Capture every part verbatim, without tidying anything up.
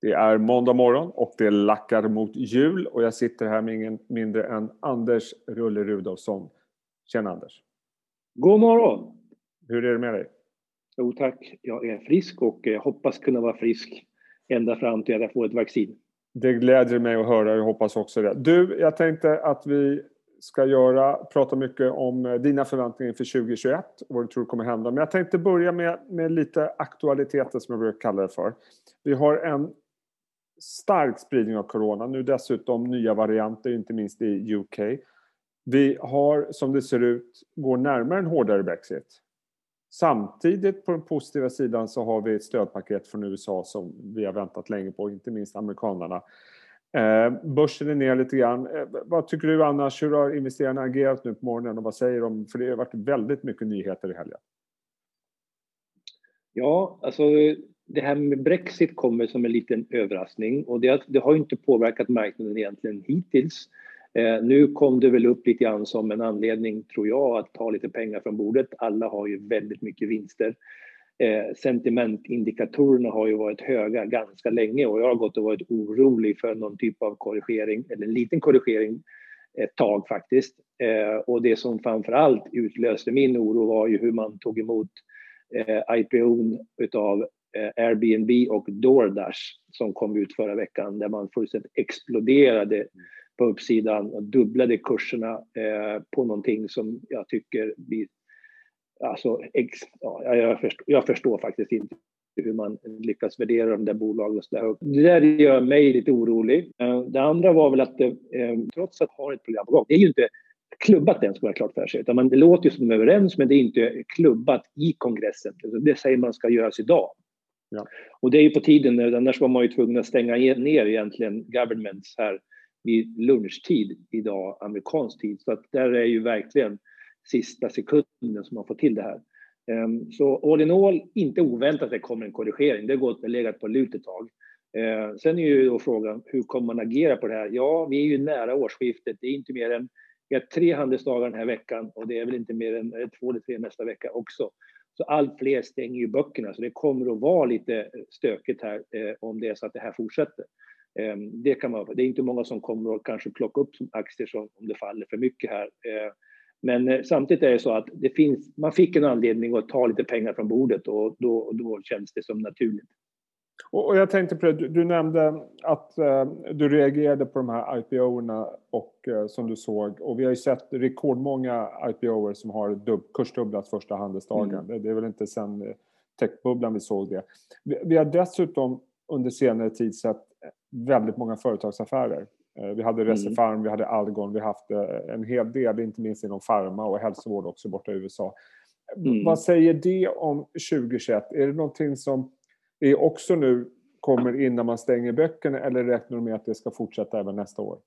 Det är måndag morgon och det lackar mot jul och jag sitter här med ingen mindre än Anders Rulle Rudolfsson. Tjena Anders. God morgon. Hur är det med dig? Jo tack, jag är frisk och jag hoppas kunna vara frisk ända fram till att jag får ett vaccin. Det glädjer mig att höra, jag hoppas också det. Du, jag tänkte att vi ska göra, prata mycket om dina förväntningar inför tjugo tjugoett och vad du tror kommer hända. Men jag tänkte börja med, med lite aktualiteter som jag brukar kalla det för. Vi har en stark spridning av corona, nu dessutom nya varianter, inte minst i U K. Vi har, som det ser ut, går närmare en hårdare Brexit. Samtidigt på den positiva sidan så har vi ett stödpaket från U S A som vi har väntat länge på, inte minst amerikanerna. Eh, börsen är ner lite grann. Eh, vad tycker du annars? Hur har investerarna agerat nu på morgonen och vad säger de? För det har varit väldigt mycket nyheter i helgen. Ja, alltså det här med Brexit kommer som en liten överraskning och det, det har ju inte påverkat marknaden egentligen hittills. Eh, nu kom det väl upp lite grann som en anledning, tror jag, att ta lite pengar från bordet. Alla har ju väldigt mycket vinster. Eh, sentimentindikatorerna har ju varit höga ganska länge och jag har gått och varit orolig för någon typ av korrigering, eller en liten korrigering ett tag faktiskt. Eh, och det som framförallt utlöste min oro var ju hur man tog emot eh, I P O:n utav eh, Airbnb och DoorDash som kom ut förra veckan där man fullständigt exploderade på uppsidan och dubblade kurserna eh, på någonting som jag tycker blir alltså, ex, ja, jag, förstår, jag förstår faktiskt inte hur man lyckas värdera de där bolagen så där högt. Det där gör mig lite orolig. Det andra var väl att det, trots att ha ett program på gång, det är ju inte klubbat än, ska vara klart för sig. Utan man, det låter ju som de är överens, men det är inte klubbat i kongressen. Det säger man ska göras idag. Ja. Och det är ju på tiden, annars var man ju tvungen att stänga ner egentligen governments här vid lunchtid idag, amerikansk tid. Så att där är ju verkligen sista sekunden som man får till det här. Um, så all in all, inte oväntat att det kommer en korrigering. Det har gått och legat på lut ett tag. Uh, sen är ju då frågan, hur kommer man agera på det här? Ja, vi är ju nära årsskiftet. Det är inte mer än, vi har tre handelsdagar den här veckan och det är väl inte mer än två eller tre nästa vecka också. Så allt fler stänger ju böckerna, så det kommer att vara lite stökigt här uh, om det är så att det här fortsätter. Um, det, kan man, det är inte många som kommer att kanske plocka upp som aktier som, om det faller för mycket här. Uh, Men samtidigt är det så att det finns, man fick en anledning att ta lite pengar från bordet och då, då känns det som naturligt. Och jag tänkte på det, du, du nämnde att uh, du reagerade på de här I P O-erna och, uh, som du såg. Och vi har ju sett rekordmånga I P O-er som har dub, kursdubblat första handelsdagen. Mm. Det, det är väl inte sen uh, techbubblan vi såg det. Vi, vi har dessutom under senare tid sett väldigt många företagsaffärer. Vi hade Recipharm, mm. vi hade Algon, vi har haft en hel del, inte minst inom pharma och hälsovård också borta i U S A. Mm. Vad säger det om tjugo tjugoett? Är det någonting som är också nu kommer innan man stänger böckerna eller räknar med att det ska fortsätta även nästa år?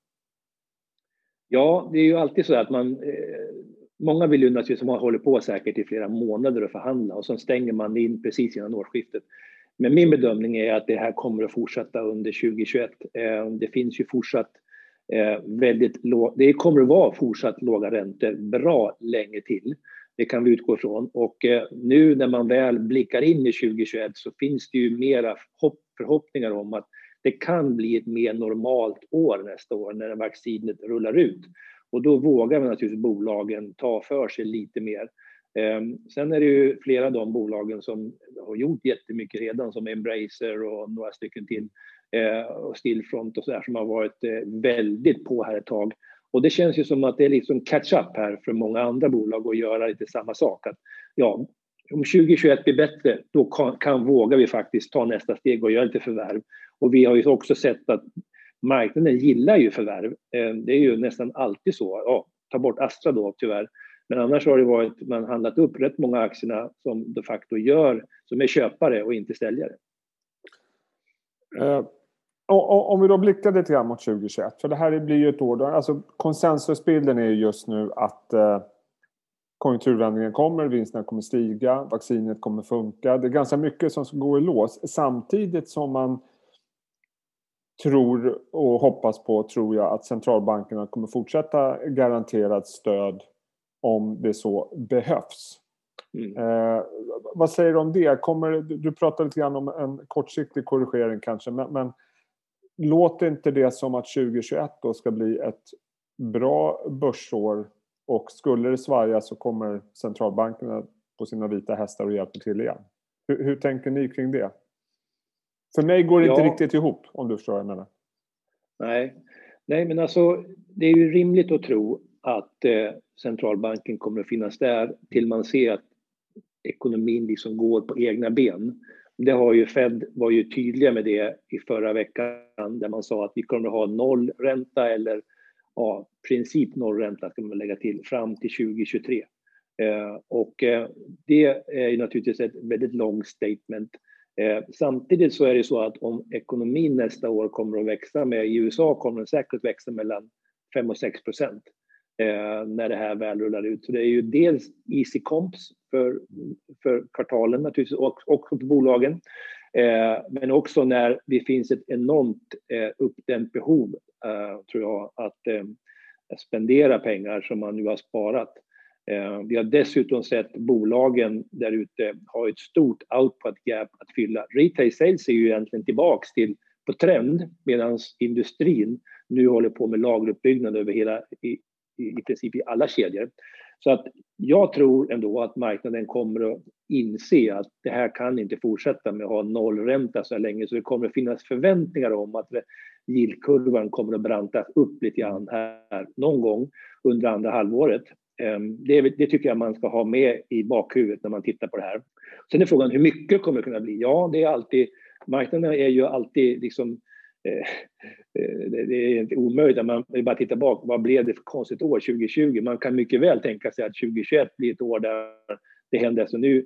Ja, det är ju alltid så att man, eh, många vill ju naturligtvis som har hållit på säkert i flera månader och förhandla och så stänger man in precis innan årsskiftet. Men min bedömning är att det här kommer att fortsätta under tjugo tjugoett. Det finns ju fortsatt väldigt låg, det kommer att vara fortsatt låga räntor bra länge till. Det kan vi utgå ifrån. Och nu när man väl blickar in i tjugo tjugoett så finns det ju mera hopp, förhoppningar om att det kan bli ett mer normalt år nästa år när vaccinet rullar ut. Och då vågar man naturligtvis bolagen ta för sig lite mer. Um, sen är det ju flera av de bolagen som har gjort jättemycket redan som Embracer och några stycken till uh, och Stillfront och sådär som har varit uh, väldigt på här ett tag. Och det känns ju som att det är liksom catch up här för många andra bolag att göra lite samma sak. Att, ja, om tjugo tjugoett blir bättre då kan, kan våga vi faktiskt ta nästa steg och göra lite förvärv. Och vi har ju också sett att marknaden gillar ju förvärv. Uh, det är ju nästan alltid så. Ja, ta bort Astra då tyvärr. Men annars har det varit, man handlat upp rätt många aktierna som de facto gör, som är köpare och inte säljare. Eh, och, om vi då blickar lite grann mot tjugo tjugoett, för det här blir ju ett år då, alltså konsensusbilden är ju just nu att eh, konjunkturvändningen kommer, vinsterna kommer stiga, vaccinet kommer funka. Det är ganska mycket som ska gå i lås, samtidigt som man tror och hoppas på, tror jag, att centralbankerna kommer fortsätta garanterat stöd om det så behövs. Mm. Eh, vad säger du om det? Kommer, du pratar lite grann om en kortsiktig korrigering kanske, men, men låter inte det som att tjugohundratjugoett då ska bli ett bra börsår, och skulle det svaja så kommer centralbankerna på sina vita hästar och hjälper till igen. Hur, hur tänker ni kring det? För mig går det ja, inte riktigt ihop, om du förstår vad jag menar. Nej, nej men alltså det är ju rimligt att tro att eh, centralbanken kommer att finnas där till man ser att ekonomin liksom går på egna ben. Det har ju Fed var ju tydliga med det i förra veckan där man sa att vi kommer att ha noll ränta eller ja, princip noll ränta ska man lägga till fram till tjugohundratjugotre. Eh, och eh, det är ju naturligtvis ett väldigt långt statement. Eh, samtidigt så är det så att om ekonomin nästa år kommer att växa med, i U S A kommer den säkert växa mellan fem och sex procent eh, när det här väl rullar ut. Så det är ju dels easy comps för, för kvartalen naturligtvis och också för bolagen. Eh, men också när det finns ett enormt eh, uppdämt behov eh, tror jag att eh, spendera pengar som man nu har sparat. Eh, vi har dessutom sett bolagen där ute ha ett stort output gap att fylla. Retail sales är ju egentligen tillbaks till på trend medan industrin nu håller på med lageruppbyggnad över hela i, i, i princip i alla kedjor. Så att jag tror ändå att marknaden kommer att inse att det här kan inte fortsätta med att ha nollränta så länge, så det kommer att finnas förväntningar om att yieldkurvan kommer att brantas upp lite grann här någon gång under andra halvåret. Det, det tycker jag man ska ha med i bakhuvudet när man tittar på det här. Sen är frågan hur mycket det kommer att kunna bli. Ja, det är alltid, marknaden är ju alltid liksom, eh, det är inte omöjligt att man bara tittar bak. Vad blev det för konstigt år tjugohundratjugo? Man kan mycket väl tänka sig att tjugohundratjugoett blir ett år där det händer så nu.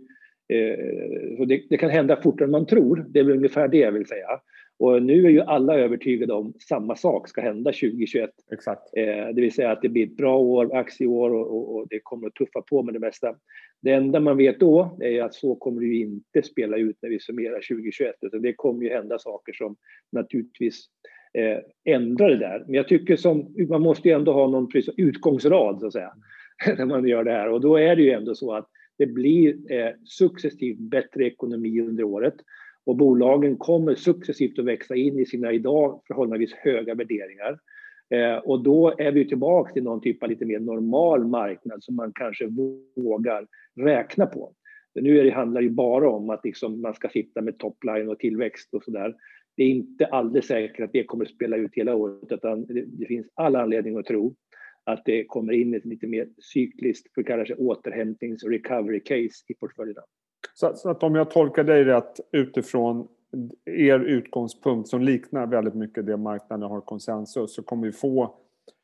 Eh, så det, det kan hända fortare än man tror. Det är väl ungefär det jag vill säga. Och nu är ju alla övertygade om samma sak ska hända tjugohundratjugoett. Exakt. Eh, det vill säga att det blir ett bra år, aktieår och, och, och det kommer att tuffa på med det mesta. Det enda man vet då är att så kommer det ju inte spela ut när vi summerar tjugohundratjugoett. Utan det kommer ju hända saker som naturligtvis eh, ändrar det där. Men jag tycker som, man måste ju ändå ha någon utgångsrad så att säga när man gör det här. Och då är det ju ändå så att det blir eh, successivt bättre ekonomi under året. Och bolagen kommer successivt att växa in i sina idag förhållandevis höga värderingar. Eh, och då är vi tillbaka till någon typ av lite mer normal marknad som man kanske vågar räkna på. Nu är det, handlar det ju bara om att liksom man ska sitta med topline och tillväxt och sådär. Det är inte alldeles säkert att det kommer att spela ut hela året, utan det, det finns all anledning att tro att det kommer in ett lite mer cykliskt, för att kalla sig återhämtnings- och recovery case i portföljerna. Så, så att om jag tolkar dig rätt utifrån er utgångspunkt som liknar väldigt mycket det marknaden har konsensus, så kommer vi få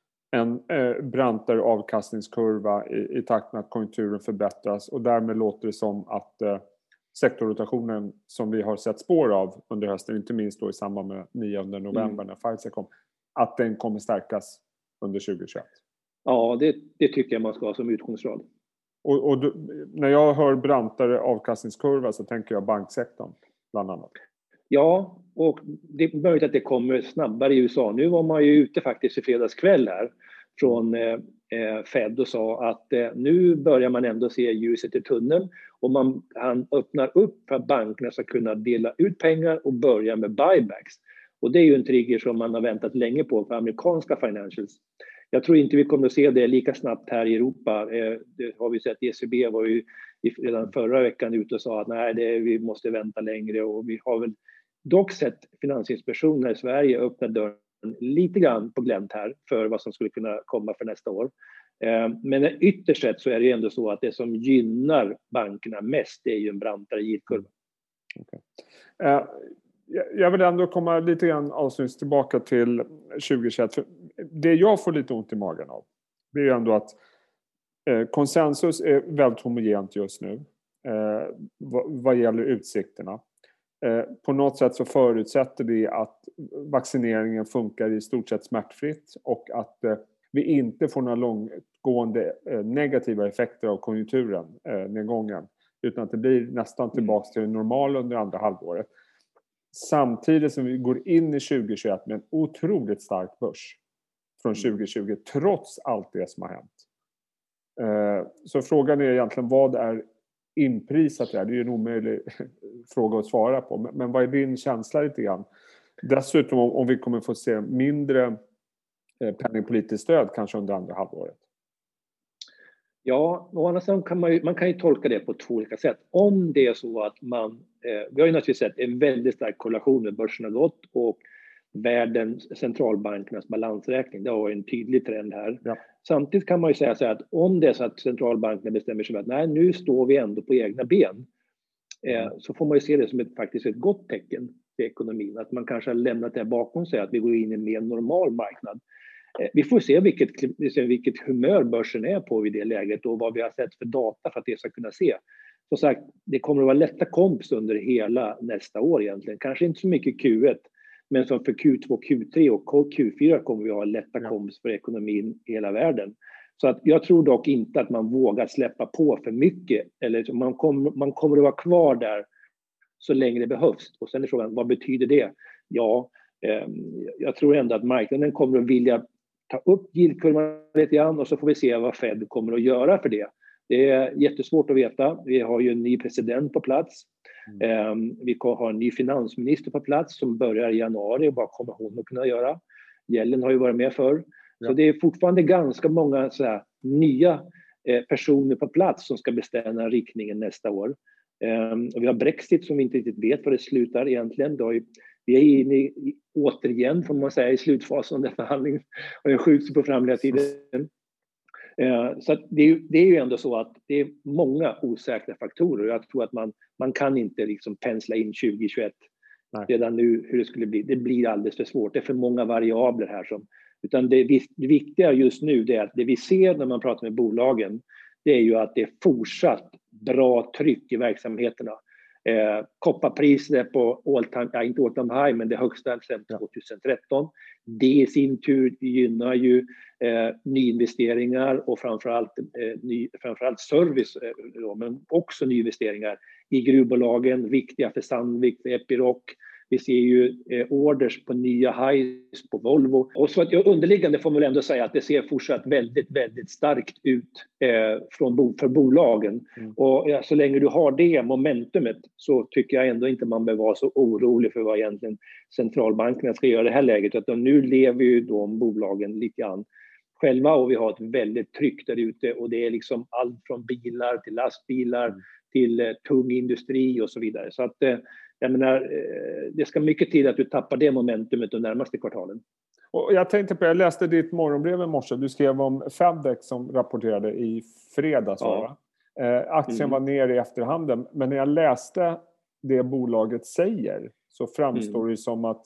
en eh, brantare avkastningskurva i, i takt med att konjunkturen förbättras, och därmed låter det som att eh, sektorrotationen som vi har sett spår av under hösten, inte minst då i samband med nionde november mm. när Pfizer kom, att den kommer stärkas under tjugohundratjugoett. Ja, det, det tycker jag man ska ha som utgångsrad. Och, och du, när jag hör brantare avkastningskurva så tänker jag banksektorn bland annat. Ja, och det är möjligt att det kommer snabbare i U S A. Nu var man ju ute faktiskt i fredagskväll här från eh, Fed och sa att eh, nu börjar man ändå se ljuset i tunneln, och man han öppnar upp för att bankerna ska kunna dela ut pengar och börja med buybacks. Och det är ju en trigger som man har väntat länge på för amerikanska financials. Jag tror inte vi kommer att se det lika snabbt här i Europa. Det har vi sett. E C B var ju redan förra veckan ute och sa att nej, det, vi måste vänta längre. Och vi har väl dock sett Finansinspektionen i Sverige öppna dörren lite grann på glänt här för vad som skulle kunna komma för nästa år. Men ytterst sett så är det ändå så att det som gynnar bankerna mest är ju en brantare yieldkurva. Okay. Uh... Jag vill ändå komma lite grann avsnitt tillbaka till tjugohundratjugoett. För det jag får lite ont i magen av, det är ju ändå att eh, konsensus är väldigt homogent just nu eh, vad, vad gäller utsikterna. Eh, på något sätt så förutsätter det att vaccineringen funkar i stort sett smärtfritt, och att eh, vi inte får några långgående eh, negativa effekter av konjunkturen, eh, nedgången, utan att det blir nästan tillbaka till det normala under andra halvåret. Samtidigt som vi går in i tjugohundratjugoett med en otroligt stark börs från tjugohundratjugo, trots allt det som har hänt. Så frågan är egentligen, vad är inprisat där? Det är ju en omöjlig fråga att svara på. Men vad är din känsla lite grann Dessutom om, om vi kommer få se mindre eh, penningpolitiskt stöd kanske under andra halvåret. Ja, å andra sidan kan man, ju, man kan ju tolka det på två olika sätt. Om det är så att man, eh, vi har ju naturligtvis sett en väldigt stark korrelation med börsen har gått och världens centralbankernas balansräkning, det har en tydlig trend här. Ja. Samtidigt kan man ju säga så här att om det är så att centralbankerna bestämmer sig för att nej, nu står vi ändå på egna ben, eh, mm. så får man ju se det som ett, faktiskt ett gott tecken för ekonomin. Att man kanske har lämnat det bakom sig, att vi går in i en mer normal marknad. Vi får se vilket, vilket humör börsen är på vid det läget och vad vi har sett för data för att det ska kunna se. Som sagt, det kommer att vara lätta komps under hela nästa år egentligen. Kanske inte så mycket Q ett, men som för Q två, Q tre och Q fyra kommer vi att ha lätta ja. komps för ekonomin i hela världen. Så att jag tror dock inte att man vågar släppa på för mycket. Eller man kommer, man kommer att vara kvar där så länge det behövs. Och sen är frågan, vad betyder det? Ja, eh, jag tror ändå att marknaden kommer att vilja ta upp yieldkurvan lite grann och så får vi se vad Fed kommer att göra för det. Det är jättesvårt att veta. Vi har ju en ny president på plats. Mm. Vi har en ny finansminister på plats som börjar i januari. Vad kommer hon att kunna göra? Yellen har ju varit med förr. Ja. Så det är fortfarande ganska många så här, nya personer på plats som ska bestämma riktningen nästa år. Och vi har Brexit som vi inte riktigt vet vad det slutar egentligen. Det har ju, vi är inne i, återigen får man säga i slutfasen av den förhandlingen och den skjuts på framliga tiden. Så att det, är, det är ju ändå så att det är många osäkra faktorer. Jag tror att man, man kan inte liksom pensla in tjugo tjugoett Nej. Redan nu hur det skulle bli. Det blir alldeles för svårt. Det är för många variabler här. Som, utan det, det viktiga just nu det är att det vi ser när man pratar med bolagen det är ju att det är fortsatt bra tryck i verksamheterna. Eh, kopparpriset på all time, ja, inte all time high men det högsta sedan tjugohundratretton. Det i sin tur gynnar ju eh, nyinvesteringar och framförallt, eh, ny, framförallt service eh, men också nyinvesteringar i gruvbolagen, viktiga för Sandvik, för Epiroc. Vi ser ju eh, orders på nya highs på Volvo. Och så att jag underliggande får man ändå säga att det ser fortsatt väldigt, väldigt starkt ut eh, från bo, för bolagen. Mm. Och ja, så länge du har det momentumet så tycker jag ändå inte man behöver vara så orolig för vad egentligen centralbankerna ska göra i det här läget. Utan nu lever ju de bolagen lite grann själva och vi har ett väldigt tryck där ute. Och det är liksom allt från bilar till lastbilar mm. till eh, tung industri och så vidare. Så att... Eh, Jag menar, det ska mycket till att du tappar det momentumet de närmaste kvartalen. Och jag tänkte på, jag läste ditt morgonbrev i morse. Du skrev om Fedex som rapporterade i fredags. Ja. Eh, aktien mm. var ner i efterhanden. Men när jag läste det bolaget säger så framstår mm. det som att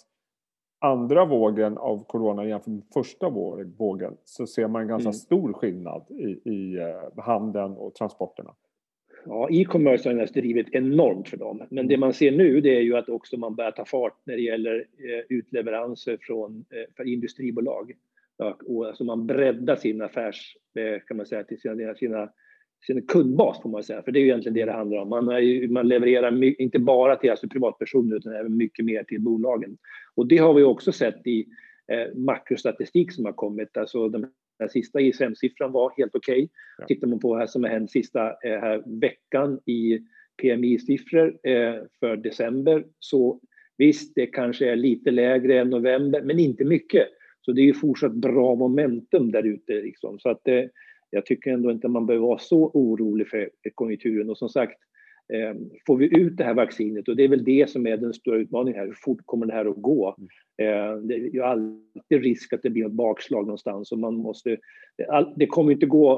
andra vågen av corona jämfört med första vågen så ser man en ganska mm. stor skillnad i, i handeln och transporterna. Ja, e-commerce har nästan drivit enormt för dem. Men det man ser nu det är ju att också man börjar ta fart när det gäller eh, utleveranser från eh, för industribolag. Ja, och alltså man breddar sin affärs, eh, kan man säga, till sina, sina, sina kundbas får man säga. För det är ju egentligen det det handlar om. Man, är, man levererar my, inte bara till alltså, privatpersoner utan även mycket mer till bolagen. Och det har vi också sett i eh, makrostatistik som har kommit. Alltså de Den sista I S M-siffran var helt okej. Okay. Ja. Tittar man på vad som har hänt sista eh, här veckan i P M I-siffror eh, för december så visst, det kanske är lite lägre än november, men inte mycket. Så det är ju fortsatt bra momentum där ute. Liksom. Så att, eh, jag tycker ändå inte man behöver vara så orolig för konjunkturen. Och som sagt, eh, får vi ut det här vaccinet, och det är väl det som är den stora utmaningen här. Hur fort kommer det här att gå? Eh, det är ju alltid risk att det blir ett bakslag någonstans. Och man måste, det, all, det kommer inte gå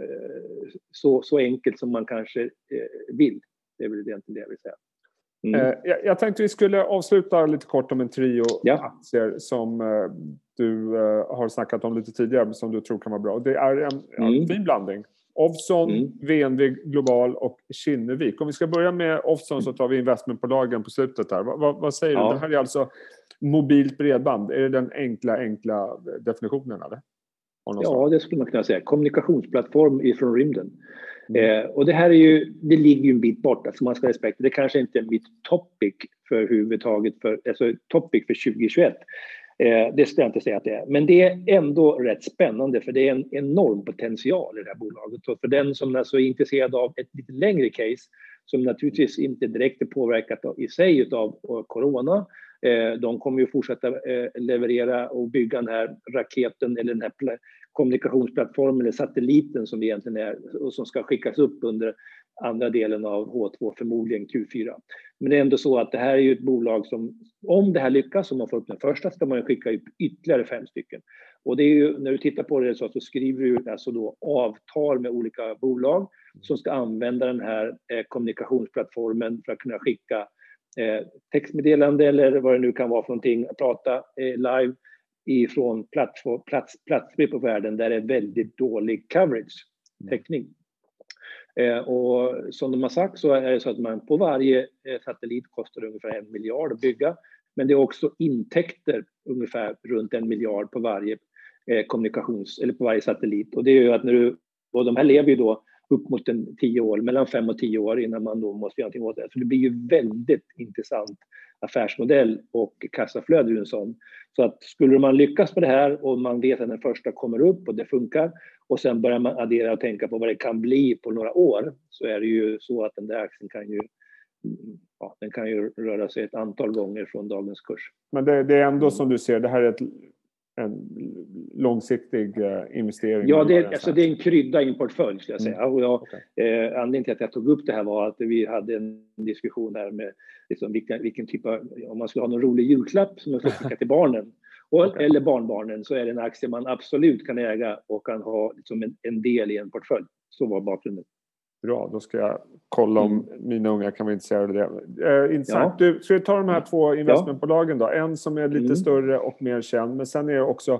eh, så, så enkelt som man kanske eh, vill. Det är väl egentligen det jag vill säga. Mm. Eh, jag, jag tänkte vi skulle avsluta lite kort om en trio ja. aktier som eh, du eh, har snackat om lite tidigare som du tror kan vara bra. Det är en, mm. en fin blandning. Ovzon, mm. V N V Global och Kinnevik. Om vi ska börja med Ovzon så tar vi investmentbolagen på slutet här. Va, va, vad säger ja. du? Det här är alltså mobilt bredband. Är det den enkla, enkla definitionen eller? Ja, det skulle man kunna säga. Kommunikationsplattform ifrån rymden. Mm. Eh, och det här är ju, det ligger ju en bit bort. Alltså man ska respektera. Det kanske inte är mitt topic för huvudtaget för, alltså topic för tjugo tjugoett. Eh, det ska jag inte säga att det är. Men det är ändå rätt spännande för det är en enorm potential i det här bolaget. Och för den som alltså är intresserad av ett lite längre case som naturligtvis inte direkt är påverkat av, i sig av corona De kommer ju fortsätta leverera och bygga den här raketen eller den här kommunikationsplattformen eller satelliten som det egentligen är och som ska skickas upp under andra delen av H två, förmodligen Q fyra. Men det är ändå så att det här är ju ett bolag som, om det här lyckas, om man får upp den första, ska man skicka upp ytterligare fem stycken. Och det är ju, när du tittar på det så att du skriver du alltså då avtal med olika bolag som ska använda den här eh, kommunikationsplattformen för att kunna skicka eh, textmeddelande eller vad det nu kan vara för någonting, att prata eh, live ifrån plats, plats, platser på världen där det är väldigt dålig coverage, täckning. Eh, och som de har sagt så är det så att man på varje eh, satellit kostar ungefär en miljard att bygga. Men det är också intäkter ungefär runt en miljard på varje eh, kommunikations eller på varje satellit. Och det är ju att när du, och de här lever ju då upp mot en tio år, mellan fem och tio år innan man då måste göra någonting åt det. Så det blir ju väldigt intressant affärsmodell och kassaflöde ur en sån. Så att skulle man lyckas med det här och man vet att den första kommer upp och det funkar och sen börjar man addera och tänka på vad det kan bli på några år, så är det ju så att den där aktien kan ju, ja, den kan ju röra sig ett antal gånger från dagens kurs. Men det, det är ändå som du ser, det här är ett, en långsiktig uh, investering. Ja, det, alltså, det är en krydda i en portfölj skulle jag säga. Mm. Och jag, okay. eh, anledningen till att jag tog upp det här var att vi hade en diskussion här med liksom, vilken, vilken typ av, om man skulle ha någon rolig julklapp som man ska skicka till barnen och, okay. eller barnbarnen, så är det en aktie man absolut kan äga och kan ha liksom, en, en del i en portfölj. Så var bakgrunden. Bra, då ska jag kolla om mm. mina unga kan vara intresserade av det. Eh, intressant. Ja. Du, ska vi ta de här två investmentbolagen då? En som är lite mm. större och mer känd, men sen är det också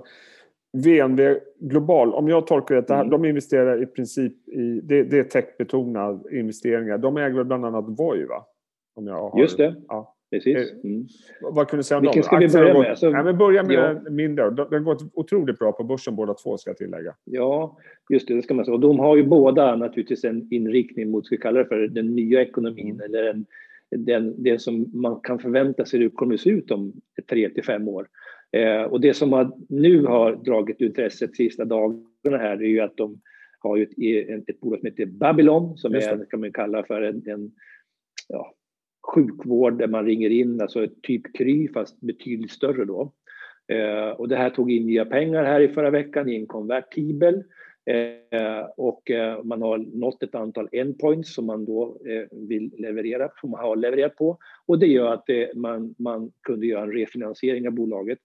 V N V Global. Om jag tolkar det här, mm. de investerar i princip i, det, det är techbetonade investeringar. De äger bland annat Voi, va? Om jag har, just det. Ja. Precis. Mm. Vad kunde du säga om Vilken dem? ska vi börja med? Alltså, nej, men börja med ja. mindre. De har gått otroligt bra på börsen båda två, ska jag tillägga. Ja, just det, det ska man säga. Och de har ju båda naturligtvis en inriktning mot, ska vi kalla det för, den nya ekonomin. Mm. Eller en, den, det som man kan förvänta sig hur det kommer att se ut om tre till fem år. Eh, och det som har, nu har dragit intresset sista dagarna här är ju att de har ju ett, ett bolag som heter Babylon, som är, kan man kalla för en, en ja, sjukvård där man ringer in, alltså ett typ Kry fast betydligt större då. Eh, och det här tog in nya pengar här i förra veckan i en konvertibel. Eh, och eh, man har nått ett antal endpoints som man då eh, vill leverera, som man har levererat på. Och det gör att det, man, man kunde göra en refinansiering av bolaget.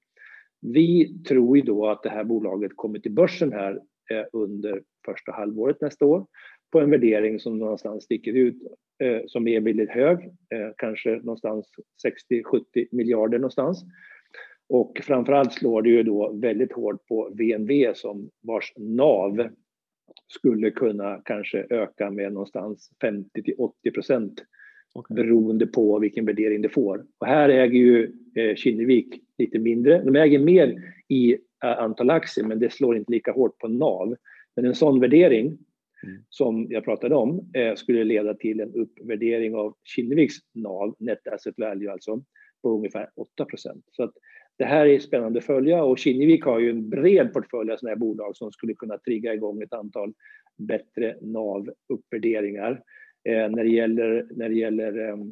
Vi tror ju då att det här bolaget kommer till börsen här eh, under första halvåret nästa år på en värdering som någonstans sticker ut eh, som är väldigt hög, eh, kanske någonstans sextio sjuttio miljarder någonstans. Och framförallt slår det ju då väldigt hårt på V N V som vars N A V skulle kunna kanske öka med någonstans femtio till åttio procent okay. beroende på vilken värdering det får. Och här äger ju eh, Kinnevik lite mindre. De äger mer i eh, antal aktier, men det slår inte lika hårt på N A V. Men en sån värdering mm. som jag pratade om eh, skulle leda till en uppvärdering av Kinneviks N A V, net asset value alltså, på ungefär åtta procent. Så att det här är spännande att följa, och Kinnevik har ju en bred portfölj av sådana här bolag som skulle kunna trigga igång ett antal bättre N A V-uppvärderingar. Eh, när det gäller, när det gäller eh,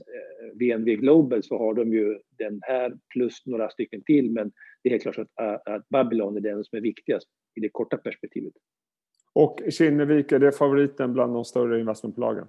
V N V Global så har de ju den här plus några stycken till, men det är helt klart att, att Babylon är den som är viktigast i det korta perspektivet. Och Kinnevik, är det favoriten bland de större investmentbolagen?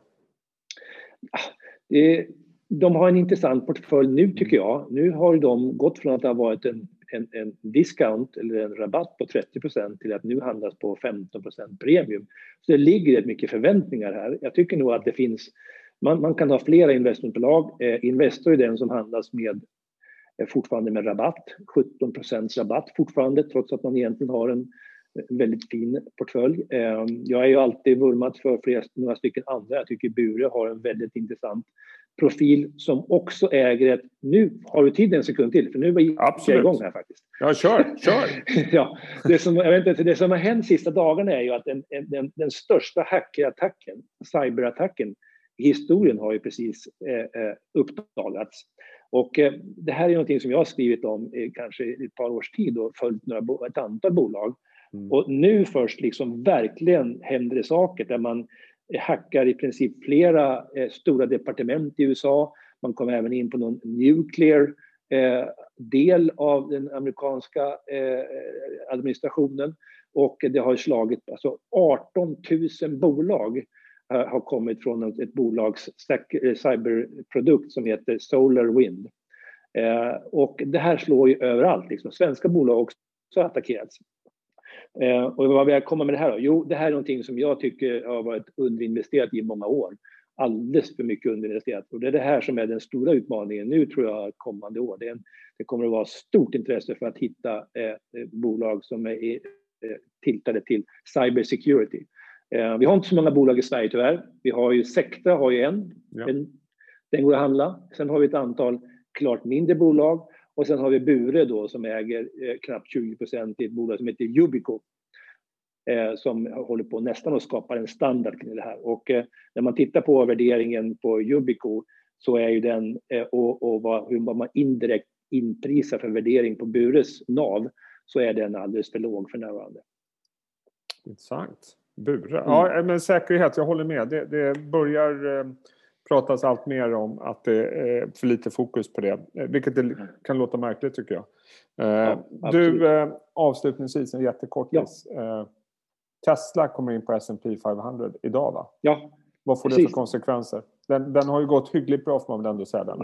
Det, de har en intressant portfölj nu tycker jag. Nu har de gått från att det har varit en, en, en discount eller en rabatt på trettio procent till att nu handlas på femton procent premium. Så det ligger rätt mycket förväntningar här. Jag tycker nog att det finns, man, man kan ha flera investmentbolag. Eh, Investor är den som handlas med eh, fortfarande med rabatt, sjutton procent rabatt fortfarande, trots att man egentligen har en väldigt fin portfölj. Eh, jag är ju alltid vurmat för flera, några stycken andra. Jag tycker Bure har en väldigt intressant profil som också äger ett... Nu har du tid en sekund till, för nu var jag igång här faktiskt. Ja, kör, kör! ja, det, som, jag vet inte, det som har hänt sista dagarna är ju att den, den, den största hackerattacken, cyberattacken i historien har ju precis eh, uppdagats. Och eh, det här är någonting som jag har skrivit om eh, kanske i ett par års tid och följt några, ett antal bolag. Mm. Och nu först liksom verkligen händer det saker där man hackar i princip flera eh, stora departement i U S A. Man kommer även in på någon nuclear eh, del av den amerikanska eh, administrationen. Och det har slagit, alltså arton tusen bolag eh, har kommit från ett, ett bolags cyberprodukt som heter SolarWind. Eh, och det här slår ju överallt. Liksom. Svenska bolag också har attackerats. Eh, och vad vill jag komma med det här då? Jo, det här är någonting som jag tycker har varit underinvesterat i många år. Alldeles för mycket underinvesterat. Och det är det här som är den stora utmaningen nu, tror jag, kommande år. Det, är en, det kommer att vara stort intresse för att hitta eh, bolag som är eh, tilltade till cybersecurity. Eh, vi har inte så många bolag i Sverige tyvärr. Vi har ju Sectra, har ju en. Ja. en. Den går att handla. Sen har vi ett antal klart mindre bolag. Och sen har vi Bure då som äger eh, knappt tjugo procent i ett bolag som heter Yubico. Eh, som håller på nästan att skapa en standard kring det här. Och eh, när man tittar på värderingen på Yubico så är ju den, eh, och, och vad, hur man indirekt inprisar för värdering på Bures N A V, så är den alldeles för låg för närvarande. Intressant. Bure. Mm. Ja, men säkerhet, jag håller med. Det, det börjar eh, pratas allt mer om att det är för lite fokus på det. Eh, vilket det kan låta märkligt, tycker jag. Eh, Ja, du, eh, avslutningsvis en jättekort ja. eh, Tesla kommer in på S and P femhundra idag, va? Ja. Vad får precis. det för konsekvenser? Den, den har ju gått hyggligt bra, får man väl ändå säga. Den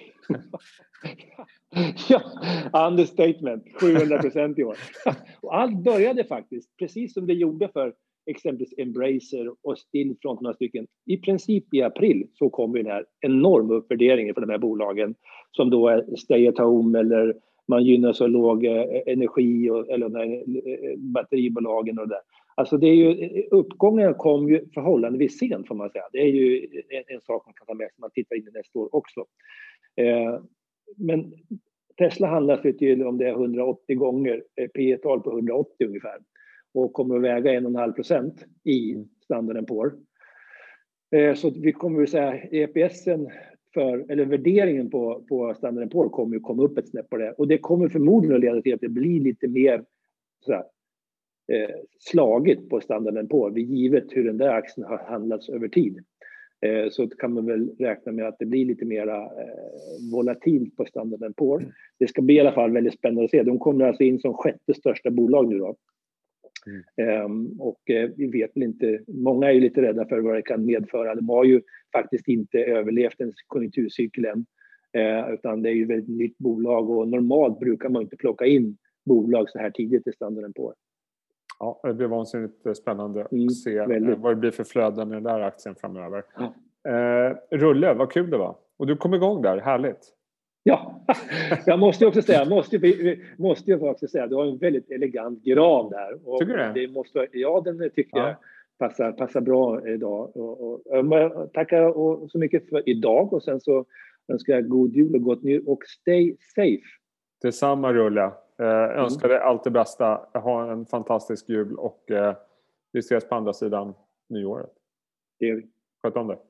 ja, understatement. sjuhundra procent i år. Och allt började faktiskt, precis som det gjorde för exempelvis Embracer och Stillfront, några stycken. I princip i april så kom den här enorma uppvärderingen för de här bolagen som då är stay at home, eller man gynnar så låg energi och, eller de här batteribolagen och det där. Alltså det är ju, uppgången kom ju förhållandevis sent, får man säga. Det är ju en, en sak man kan ta med sig när man tittar in i nästa år också. Eh, men Tesla handlas ju till, om det är hundraåttio gånger, eh, P E-tal på hundraåttio ungefär. Och kommer att väga en komma fem procent i Standard and Poor. Eh, så vi kommer att säga E P S:en för, eller värderingen på, på Standard and Poor kommer att komma upp ett snäpp på det. Och det kommer förmodligen att leda till att det blir lite mer så här, eh, slaget på Standard and Poor, vid givet hur den där aktien har handlats över tid. Eh, så kan man väl räkna med att det blir lite mer eh, volatilt på Standard and Poor. Det ska bli i alla fall väldigt spännande att se. De kommer alltså in som sjätte största bolag nu då. Mm. Um, och eh, vi vet väl inte, många är ju lite rädda för vad det kan medföra. De har ju faktiskt inte överlevt en konjunkturcykel än, eh, utan det är ju ett väldigt nytt bolag, och normalt brukar man inte plocka in bolag så här tidigt i Standard and Poor. Ja, det blir vansinnigt spännande att mm, se väldigt. vad det blir för flöden med den där aktien framöver. Ja. Eh, Rulle, vad kul det var. Och du kom igång där, härligt. Ja, jag måste ju också säga, måste ju, måste ju också säga, du har en väldigt elegant gran där. Och tycker du det? det måste, ja, den tycker ja. jag passar, passar bra idag. Och, och, och, tackar och, så mycket för idag, och sen så önskar jag god jul och gott nytt och stay safe. Detsamma, Rulle. Eh, önskar dig allt det bästa. Ha en fantastisk jul, och eh, vi ses på andra sidan nyåret. Det gör vi. Sköt om det.